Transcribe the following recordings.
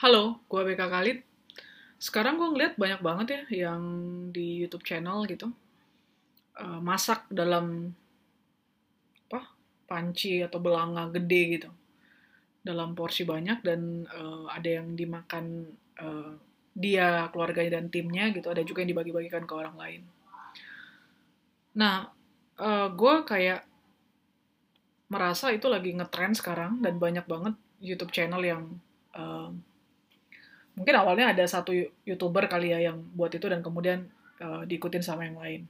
Halo, gua BK Khalid. Sekarang gua ngeliat banyak banget ya yang di YouTube channel gitu, masak dalam apa panci atau belanga gede gitu, dalam porsi banyak dan ada yang dimakan eh, dia, keluarganya dan timnya gitu. Ada juga yang dibagi-bagikan ke orang lain. Nah, gue kayak merasa itu lagi ngetrend sekarang dan banyak banget YouTube channel yang eh, mungkin awalnya ada satu YouTuber kali ya yang buat itu dan kemudian diikutin sama yang lain.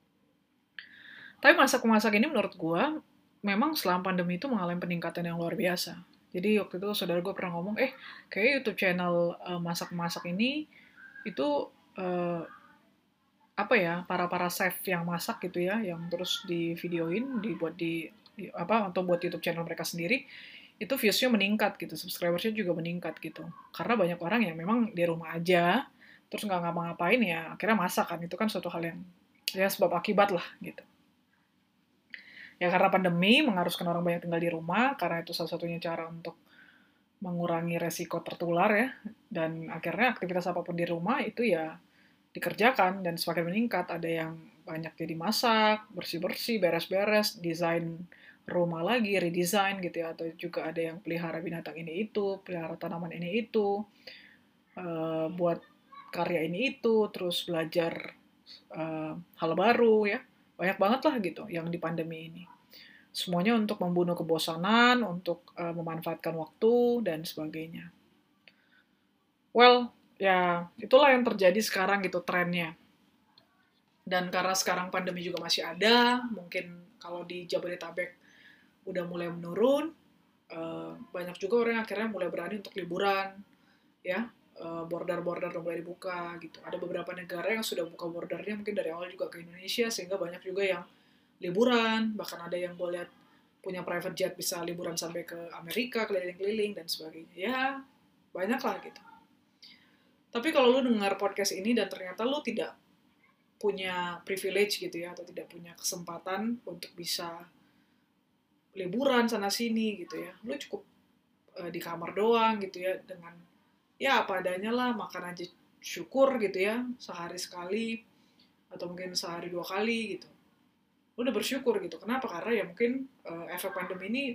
Tapi masak-masak ini menurut gue, memang selama pandemi itu mengalami peningkatan yang luar biasa. Jadi waktu itu saudara gue pernah ngomong, kayak YouTube channel masak-masak ini, itu eh, apa ya, para chef yang masak gitu ya, yang terus di videoin, dibuat apa, atau buat YouTube channel mereka sendiri, itu viewsnya meningkat gitu, subscribersnya juga meningkat gitu. Karena banyak orang yang memang di rumah aja, terus nggak ngapa-ngapain ya, akhirnya masak kan, itu kan suatu hal yang ya sebab akibat lah gitu. Ya karena pandemi mengharuskan orang banyak tinggal di rumah, karena itu salah satunya cara untuk mengurangi resiko tertular ya. Dan akhirnya aktivitas apapun di rumah itu ya dikerjakan dan semakin meningkat. Ada yang banyak jadi masak, bersih-bersih, beres-beres, desain rumah lagi, redesign gitu ya. Atau juga ada yang pelihara binatang ini itu, pelihara tanaman ini itu, buat karya ini itu, terus belajar hal baru ya. Banyak banget lah gitu yang di pandemi ini. Semuanya untuk membunuh kebosanan, untuk memanfaatkan waktu, dan sebagainya. Well, ya itulah yang terjadi sekarang gitu trennya. Dan karena sekarang pandemi juga masih ada, mungkin kalau di Jabodetabek udah mulai menurun, banyak juga orang yang akhirnya mulai berani untuk liburan, ya. Border-border udah mulai dibuka gitu. Ada beberapa negara yang sudah buka bordernya mungkin dari awal juga ke Indonesia, sehingga banyak juga yang liburan, bahkan ada yang gue lihat punya private jet bisa liburan sampai ke Amerika, keliling-keliling, dan sebagainya. Ya, banyak lah gitu. Tapi kalau lu dengar podcast ini dan ternyata lu tidak punya privilege gitu ya, atau tidak punya kesempatan untuk bisa liburan sana-sini gitu ya, lu cukup di kamar doang gitu ya, dengan ya apa adanya lah, makan aja syukur gitu ya, sehari sekali, atau mungkin sehari 2 kali gitu. Lu udah bersyukur gitu. Kenapa? Karena ya mungkin efek pandemi ini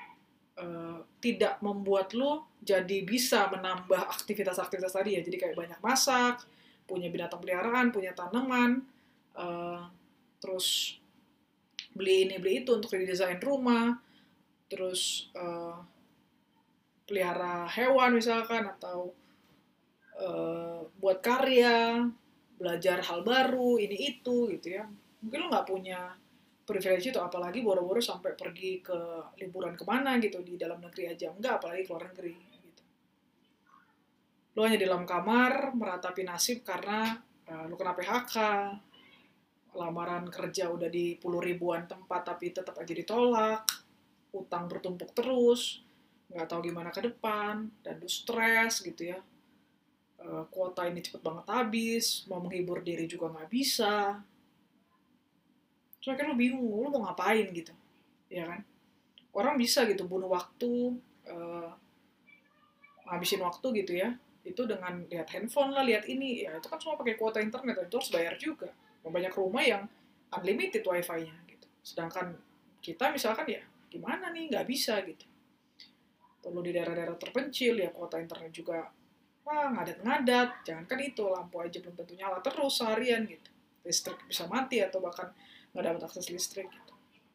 tidak membuat lu jadi bisa menambah aktivitas-aktivitas tadi ya. Jadi kayak banyak masak, punya binatang peliharaan, punya tanaman, uh, terus beli ini beli itu untuk redesign rumah, terus pelihara hewan misalkan, atau buat karya, belajar hal baru, ini itu gitu ya. Mungkin lo nggak punya privilege itu, apalagi boro-boro sampai pergi ke liburan kemana gitu, di dalam negeri aja enggak, apalagi ke luar negeri gitu. Lo hanya di dalam kamar meratapi nasib karena lo kena PHK, lamaran kerja udah di puluh ribuan tempat tapi tetap aja ditolak, utang bertumpuk terus, nggak tahu gimana ke depan, dan lo stres gitu ya. Kuota ini cepet banget habis, mau menghibur diri juga nggak bisa. So akhirnya lo bingung, lo mau ngapain gitu, ya kan? Orang bisa gitu bunuh waktu, uh, ngabisin waktu gitu ya, itu dengan lihat handphone lah, lihat ini, ya itu kan semua pakai kuota internet, itu harus bayar juga. Banyak rumah yang unlimited wifi-nya gitu. Sedangkan kita misalkan ya gimana nih, nggak bisa gitu. Perlu di daerah-daerah terpencil ya kuota internet juga wah ngadat-ngadat. Jangankan itu, lampu aja belum tentu nyala terus seharian gitu. Listrik bisa mati atau bahkan nggak dapat akses listrik gitu.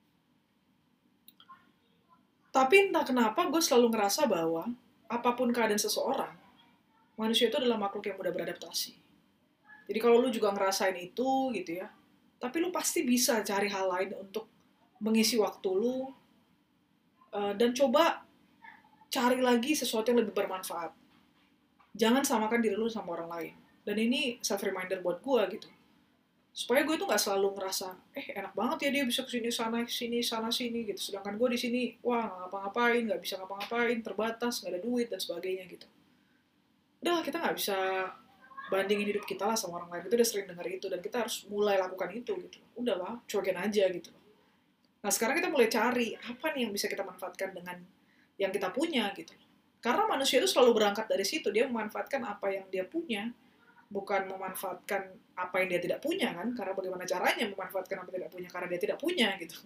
Tapi entah kenapa gue selalu ngerasa bahwa apapun keadaan seseorang, manusia itu adalah makhluk yang mudah beradaptasi. Jadi kalau lu juga ngerasain itu gitu ya, tapi lu pasti bisa cari hal lain untuk mengisi waktu lu, dan coba cari lagi sesuatu yang lebih bermanfaat. Jangan samakan diri lu sama orang lain. Dan ini self reminder buat gue gitu. Supaya gue tuh nggak selalu ngerasa, enak banget ya dia bisa kesini sana sini gitu. Sedangkan gue di sini, wah nggak ngapa-ngapain, nggak bisa ngapa-ngapain, terbatas, nggak ada duit dan sebagainya gitu. Udah kita nggak bisa bandingin hidup kita lah sama orang lain. Kita udah sering dengar itu dan kita harus mulai lakukan itu gitu. Udah lah, cuekin aja gitu. Nah sekarang kita mulai cari apa nih yang bisa kita manfaatkan dengan yang kita punya gitu. Karena manusia itu selalu berangkat dari situ, dia memanfaatkan apa yang dia punya, bukan memanfaatkan apa yang dia tidak punya kan, karena bagaimana caranya memanfaatkan apa yang tidak punya, karena dia tidak punya gitu.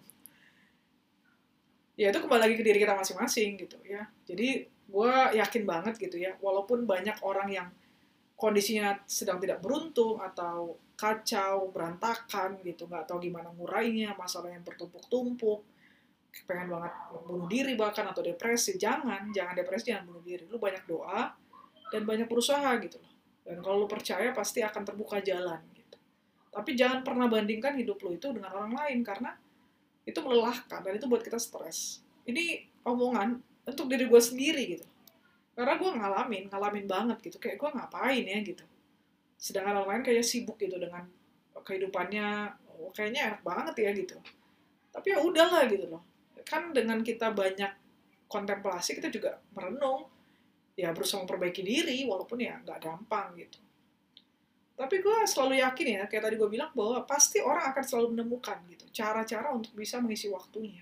Ya itu kembali lagi ke diri kita masing-masing gitu ya. Jadi gue yakin banget gitu ya, walaupun banyak orang yang kondisinya sedang tidak beruntung atau kacau, berantakan gitu, nggak tahu gimana ngurainya, masalah yang bertumpuk-tumpuk, pengen banget bunuh diri bahkan atau depresi, jangan depresi, jangan bunuh diri. Lu banyak doa dan banyak berusaha gitu loh. Dan kalau lu percaya pasti akan terbuka jalan gitu. Tapi jangan pernah bandingkan hidup lu itu dengan orang lain karena itu melelahkan dan itu buat kita stres. Ini omongan untuk diri gue sendiri gitu. Karena gue ngalamin banget gitu. Kayak gue ngapain ya gitu. Sedangkan orang lain kayak sibuk gitu dengan kehidupannya, oh, kayaknya enak banget ya gitu. Tapi ya udahlah gitu loh. Kan dengan kita banyak kontemplasi, kita juga merenung, ya berusaha memperbaiki diri, walaupun ya nggak gampang gitu. Tapi gue selalu yakin ya, kayak tadi gue bilang, bahwa pasti orang akan selalu menemukan gitu cara-cara untuk bisa mengisi waktunya.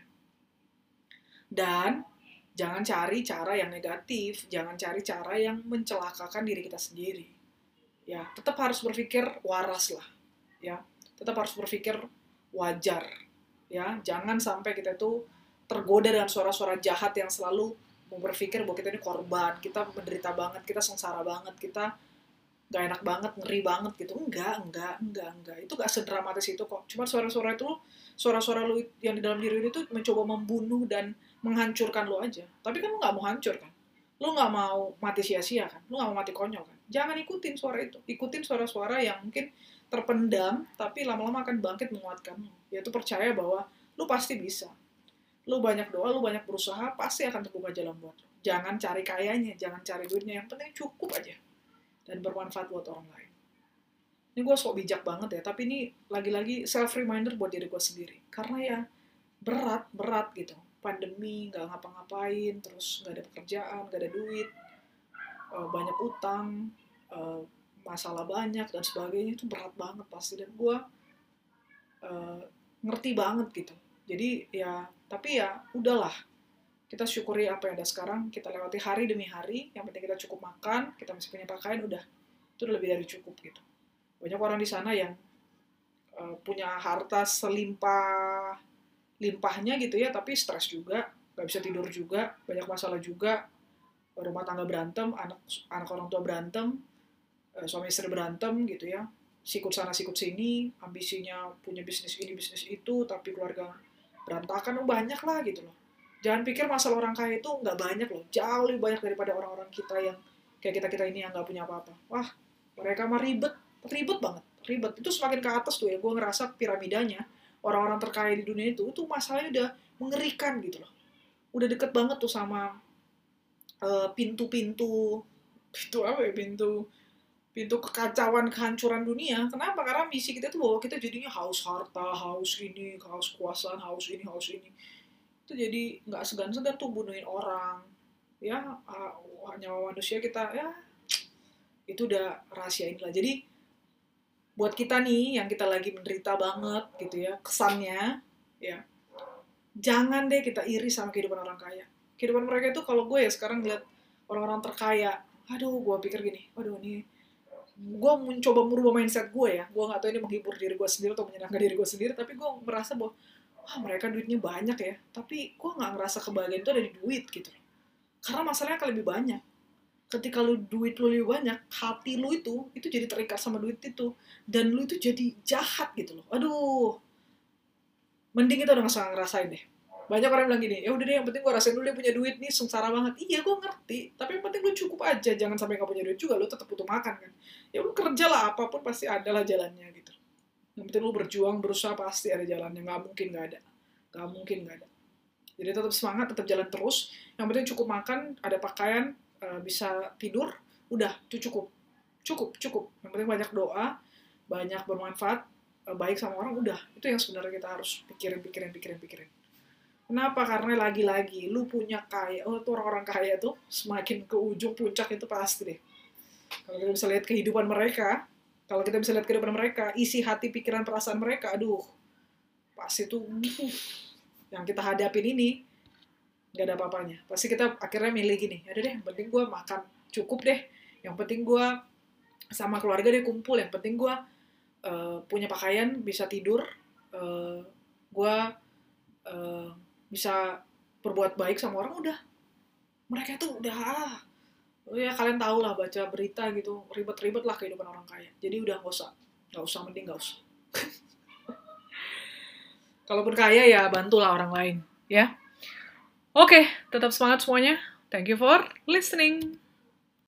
Dan jangan cari cara yang negatif, jangan cari cara yang mencelakakan diri kita sendiri. Ya, tetap harus berpikir waras lah. Ya, tetap harus berpikir wajar. Ya, jangan sampai kita itu tergoda dengan suara-suara jahat yang selalu mau berpikir bahwa kita ini korban, kita menderita banget, kita sengsara banget, kita gak enak banget, ngeri banget gitu. Enggak. Itu gak sedramatis itu kok. Cuma suara-suara lu yang di dalam diri lu itu mencoba membunuh dan menghancurkan lu aja. Tapi kan lu gak mau hancur kan. Lu gak mau mati sia-sia kan. Lu gak mau mati konyol kan. Jangan ikutin suara itu. Ikutin suara-suara yang mungkin terpendam, tapi lama-lama akan bangkit menguatkanmu. Yaitu percaya bahwa lu pasti bisa. Lu banyak doa, lu banyak berusaha, pasti akan terbuka jalan buat lu. Jangan cari kayanya, jangan cari duitnya. Yang penting cukup aja. Dan bermanfaat buat orang lain. Ini gue sok bijak banget ya, tapi ini lagi-lagi self-reminder buat diri gue sendiri. Karena ya berat gitu. Pandemi, gak ngapa-ngapain, terus gak ada pekerjaan, gak ada duit, banyak utang, masalah banyak, dan sebagainya, itu berat banget pasti. Dan gue ngerti banget gitu. Jadi ya, tapi ya udahlah. Kita syukuri apa yang ada sekarang, kita lewati hari demi hari, yang penting kita cukup makan, kita masih punya pakaian, udah. Itu udah lebih dari cukup gitu. Banyak orang di sana yang punya harta limpahnya gitu ya, tapi stres juga, gak bisa tidur juga, banyak masalah juga, rumah tangga berantem, anak orang tua berantem, suami istri berantem gitu ya, sikut sana sikut sini, ambisinya punya bisnis ini, bisnis itu, tapi keluarga berantakan, banyak lah gitu loh. Jangan pikir masalah orang kaya itu nggak banyak loh. Jauh lebih banyak daripada orang-orang kita yang kayak kita-kita ini yang nggak punya apa-apa. Wah, mereka mah ribet banget. Ribet. Itu semakin ke atas tuh ya. Gue ngerasa piramidanya, orang-orang terkaya di dunia itu masalahnya udah mengerikan gitu loh. Udah deket banget tuh sama pintu kekacauan, kehancuran dunia. Kenapa? Karena misi kita tuh bahwa kita jadinya haus harta, haus ini, haus kekuasaan, haus ini. Itu jadi nggak segan-segan tuh bunuhin orang ya, nyawa manusia kita ya, itu udah rahasia inilah. Jadi buat kita nih yang kita lagi menderita banget gitu ya kesannya ya, jangan deh kita iri sama kehidupan orang kaya. Kehidupan mereka itu, kalau gue ya sekarang lihat orang-orang terkaya, aduh gue pikir gini, aduh nih gue mencoba merubah mindset gue ya, gue nggak tahu ini menghibur diri gue sendiri atau menyenangkan diri gue sendiri, tapi gue merasa bahwa wah mereka duitnya banyak ya, tapi gue nggak ngerasa kebahagiaan itu ada di duit gitu. Karena masalahnya akan lebih banyak. Ketika duit lu lebih banyak, hati lu itu jadi terikat sama duit itu, dan lu itu jadi jahat gitu loh. Aduh, mending kita udah nggak ngerasain deh. Banyak orang bilang gini, ya udah deh yang penting gue rasain dulu dia punya duit nih, sengsara banget. Iya gue ngerti, tapi yang penting lu cukup aja, jangan sampai nggak punya duit juga, lu tetap butuh makan kan. Ya lu kerja lah, apapun pasti ada lah jalannya gitu. Yang penting lu berjuang, berusaha, pasti ada jalannya. Nggak mungkin nggak ada. Jadi tetap semangat, tetap jalan terus. Yang penting cukup makan, ada pakaian, bisa tidur, udah, itu cukup. Yang penting banyak doa, banyak bermanfaat, baik sama orang, udah. Itu yang sebenarnya kita harus pikirin. Kenapa? Karena lagi-lagi, lu punya kaya, tuh orang-orang kaya tuh, semakin ke ujung puncak itu pasti deh. Kalau kita bisa lihat kehidupan mereka, isi hati, pikiran, perasaan mereka, aduh, pasti tuh yang kita hadapin ini nggak ada apa-apanya. Pasti kita akhirnya milih gini, ada deh, yang penting gue makan cukup deh, yang penting gue sama keluarga deh kumpul, yang penting gue punya pakaian, bisa tidur, gue bisa berbuat baik sama orang, udah. Mereka tuh udah, ya kalian tau lah baca berita gitu, ribet-ribet lah kehidupan orang kaya. Jadi udah nggak usah, mending nggak usah. Kalaupun kaya ya bantulah orang lain, ya. Oke, tetap semangat semuanya. Thank you for listening.